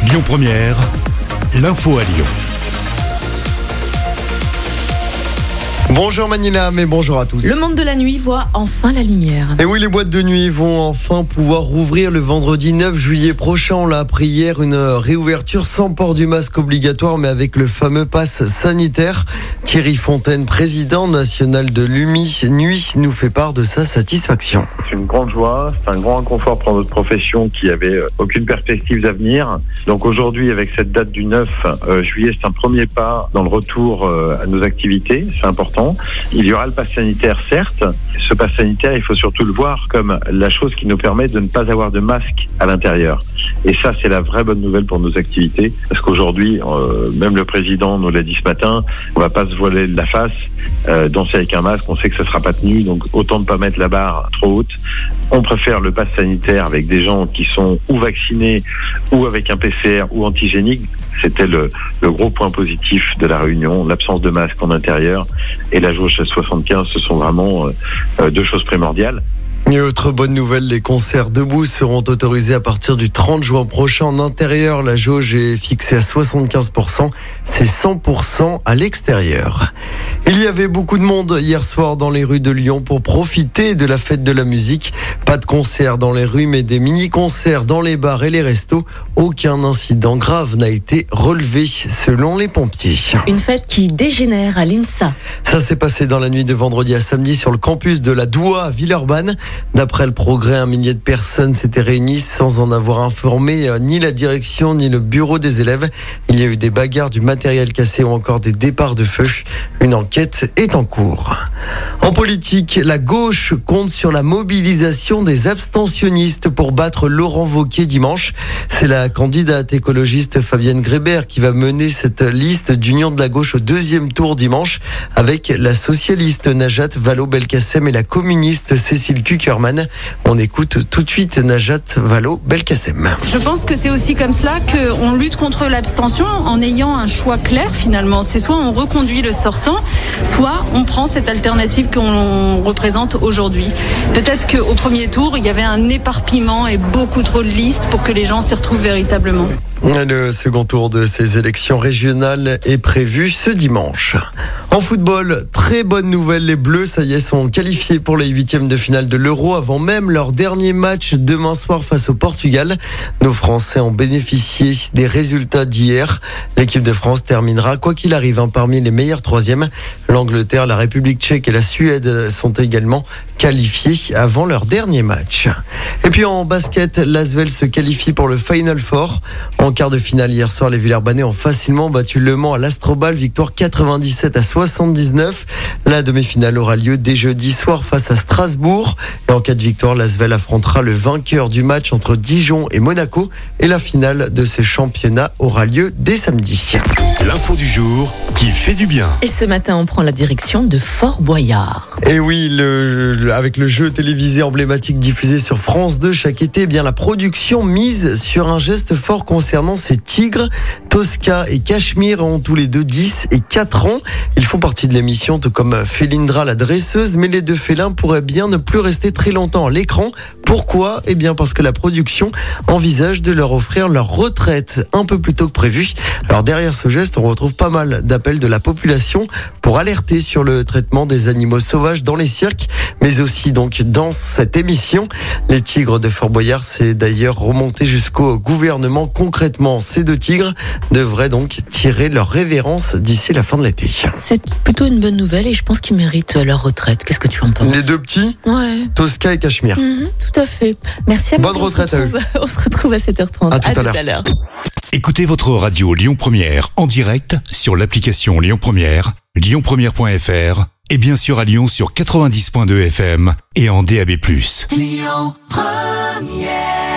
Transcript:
Lyon Première, l'info à Lyon. Bonjour Manila, mais bonjour à tous. Le monde de la nuit voit enfin la lumière. Et oui, les boîtes de nuit vont enfin pouvoir rouvrir le vendredi 9 juillet prochain. On l'a appris hier, une réouverture sans port du masque obligatoire, mais avec le fameux pass sanitaire. Thierry Fontaine, président national de l'UMI Nuit, nous fait part de sa satisfaction. C'est une grande joie, c'est un grand inconfort pour notre profession qui avait aucune perspective d'avenir. Donc aujourd'hui, avec cette date du 9 juillet, c'est un premier pas dans le retour à nos activités, c'est important. Il y aura le pass sanitaire, certes. Ce pass sanitaire, il faut surtout le voir comme la chose qui nous permet de ne pas avoir de masque à l'intérieur. Et ça, c'est la vraie bonne nouvelle pour nos activités. Parce qu'aujourd'hui, même le président nous l'a dit ce matin, on va pas se voiler la face, danser avec un masque, on sait que ça sera pas tenu, donc autant ne pas mettre la barre trop haute. On préfère le pass sanitaire avec des gens qui sont ou vaccinés, ou avec un PCR, ou antigénique. C'était le gros point positif de la réunion, l'absence de masque en intérieur et la jauge à 75, ce sont vraiment deux choses primordiales. Et autre bonne nouvelle, les concerts debout seront autorisés à partir du 30 juin prochain en intérieur. La jauge est fixée à 75%, c'est 100% à l'extérieur. Il y avait beaucoup de monde hier soir dans les rues de Lyon pour profiter de la fête de la musique. Pas de concerts dans les rues, mais des mini-concerts dans les bars et les restos. Aucun incident grave n'a été relevé selon les pompiers. Une fête qui dégénère à l'INSA. Ça s'est passé dans la nuit de vendredi à samedi sur le campus de la Doua à Villeurbanne. D'après le Progrès, 1 millier de personnes s'étaient réunies sans en avoir informé ni la direction ni le bureau des élèves. Il y a eu des bagarres, du matériel cassé ou encore des départs de feu. Une enquête est en cours. En politique, la gauche compte sur la mobilisation des abstentionnistes pour battre Laurent Wauquiez dimanche. C'est la candidate écologiste Fabienne Grébert qui va mener cette liste d'union de la gauche au deuxième tour dimanche avec la socialiste Najat Vallaud-Belkacem et la communiste Cécile Cukierman. On écoute tout de suite Najat Vallaud-Belkacem. Je pense que c'est aussi comme cela qu'on lutte contre l'abstention en ayant un choix clair finalement. C'est soit on reconduit le sortant, soit on prend cette alternative qu'on représente aujourd'hui. Peut-être qu'au premier tour, il y avait un éparpillement et beaucoup trop de listes pour que les gens s'y retrouvent véritablement. Le second tour de ces élections régionales est prévu ce dimanche. En football, très bonne nouvelle, les Bleus, ça y est, sont qualifiés pour les 8e de finale de l'Euro avant même leur dernier match demain soir face au Portugal. Nos Français ont bénéficié des résultats d'hier. L'équipe de France terminera, quoi qu'il arrive, parmi les meilleurs troisièmes. L'Angleterre, la République tchèque et la Suède sont également qualifiés avant leur dernier match. Et puis en basket, l'Asvel se qualifie pour le Final Four. En quart de finale hier soir, les Villeurbanais ont facilement battu Le Mans à l'Astrobal, victoire 97-79. La demi-finale aura lieu dès jeudi soir face à Strasbourg. Et en cas de victoire, l'Asvel affrontera le vainqueur du match entre Dijon et Monaco. Et la finale de ce championnat aura lieu dès samedi. L'info du jour qui fait du bien. Et ce matin, on prend la direction de Fort Boyard. Et oui, avec le jeu télévisé emblématique diffusé sur France 2 chaque été, la production mise sur un geste fort concernant ces tigres. Tosca et Cachemire ont tous les deux 10 et 4 ans. Ils font partie de l'émission, tout comme Félindra, la dresseuse, mais les deux félins pourraient bien ne plus rester très longtemps à l'écran. Pourquoi ? Parce que la production envisage de leur offrir leur retraite un peu plus tôt que prévu. Alors derrière ce geste, on retrouve pas mal d'appels de la population pour alerter sur le traitement des animaux sauvages dans les cirques, mais aussi donc dans cette émission. Les tigres de Fort Boyard, c'est d'ailleurs remonté jusqu'au gouvernement. Concrètement, ces deux tigres devraient donc tirer leur révérence d'ici la fin de l'été. C'est plutôt une bonne nouvelle et je pense qu'ils méritent leur retraite. Qu'est-ce que tu en penses ? Les deux petits ? Ouais. Tosca et Cachemire. Tout à fait. Merci à bonne retraite à eux. On se retrouve à 7h30. À tout à l'heure. Écoutez votre radio Lyon Première en direct sur l'application Lyon Première, lyonpremière.fr et bien sûr à Lyon sur 90.2 FM et en DAB+. Lyon Première.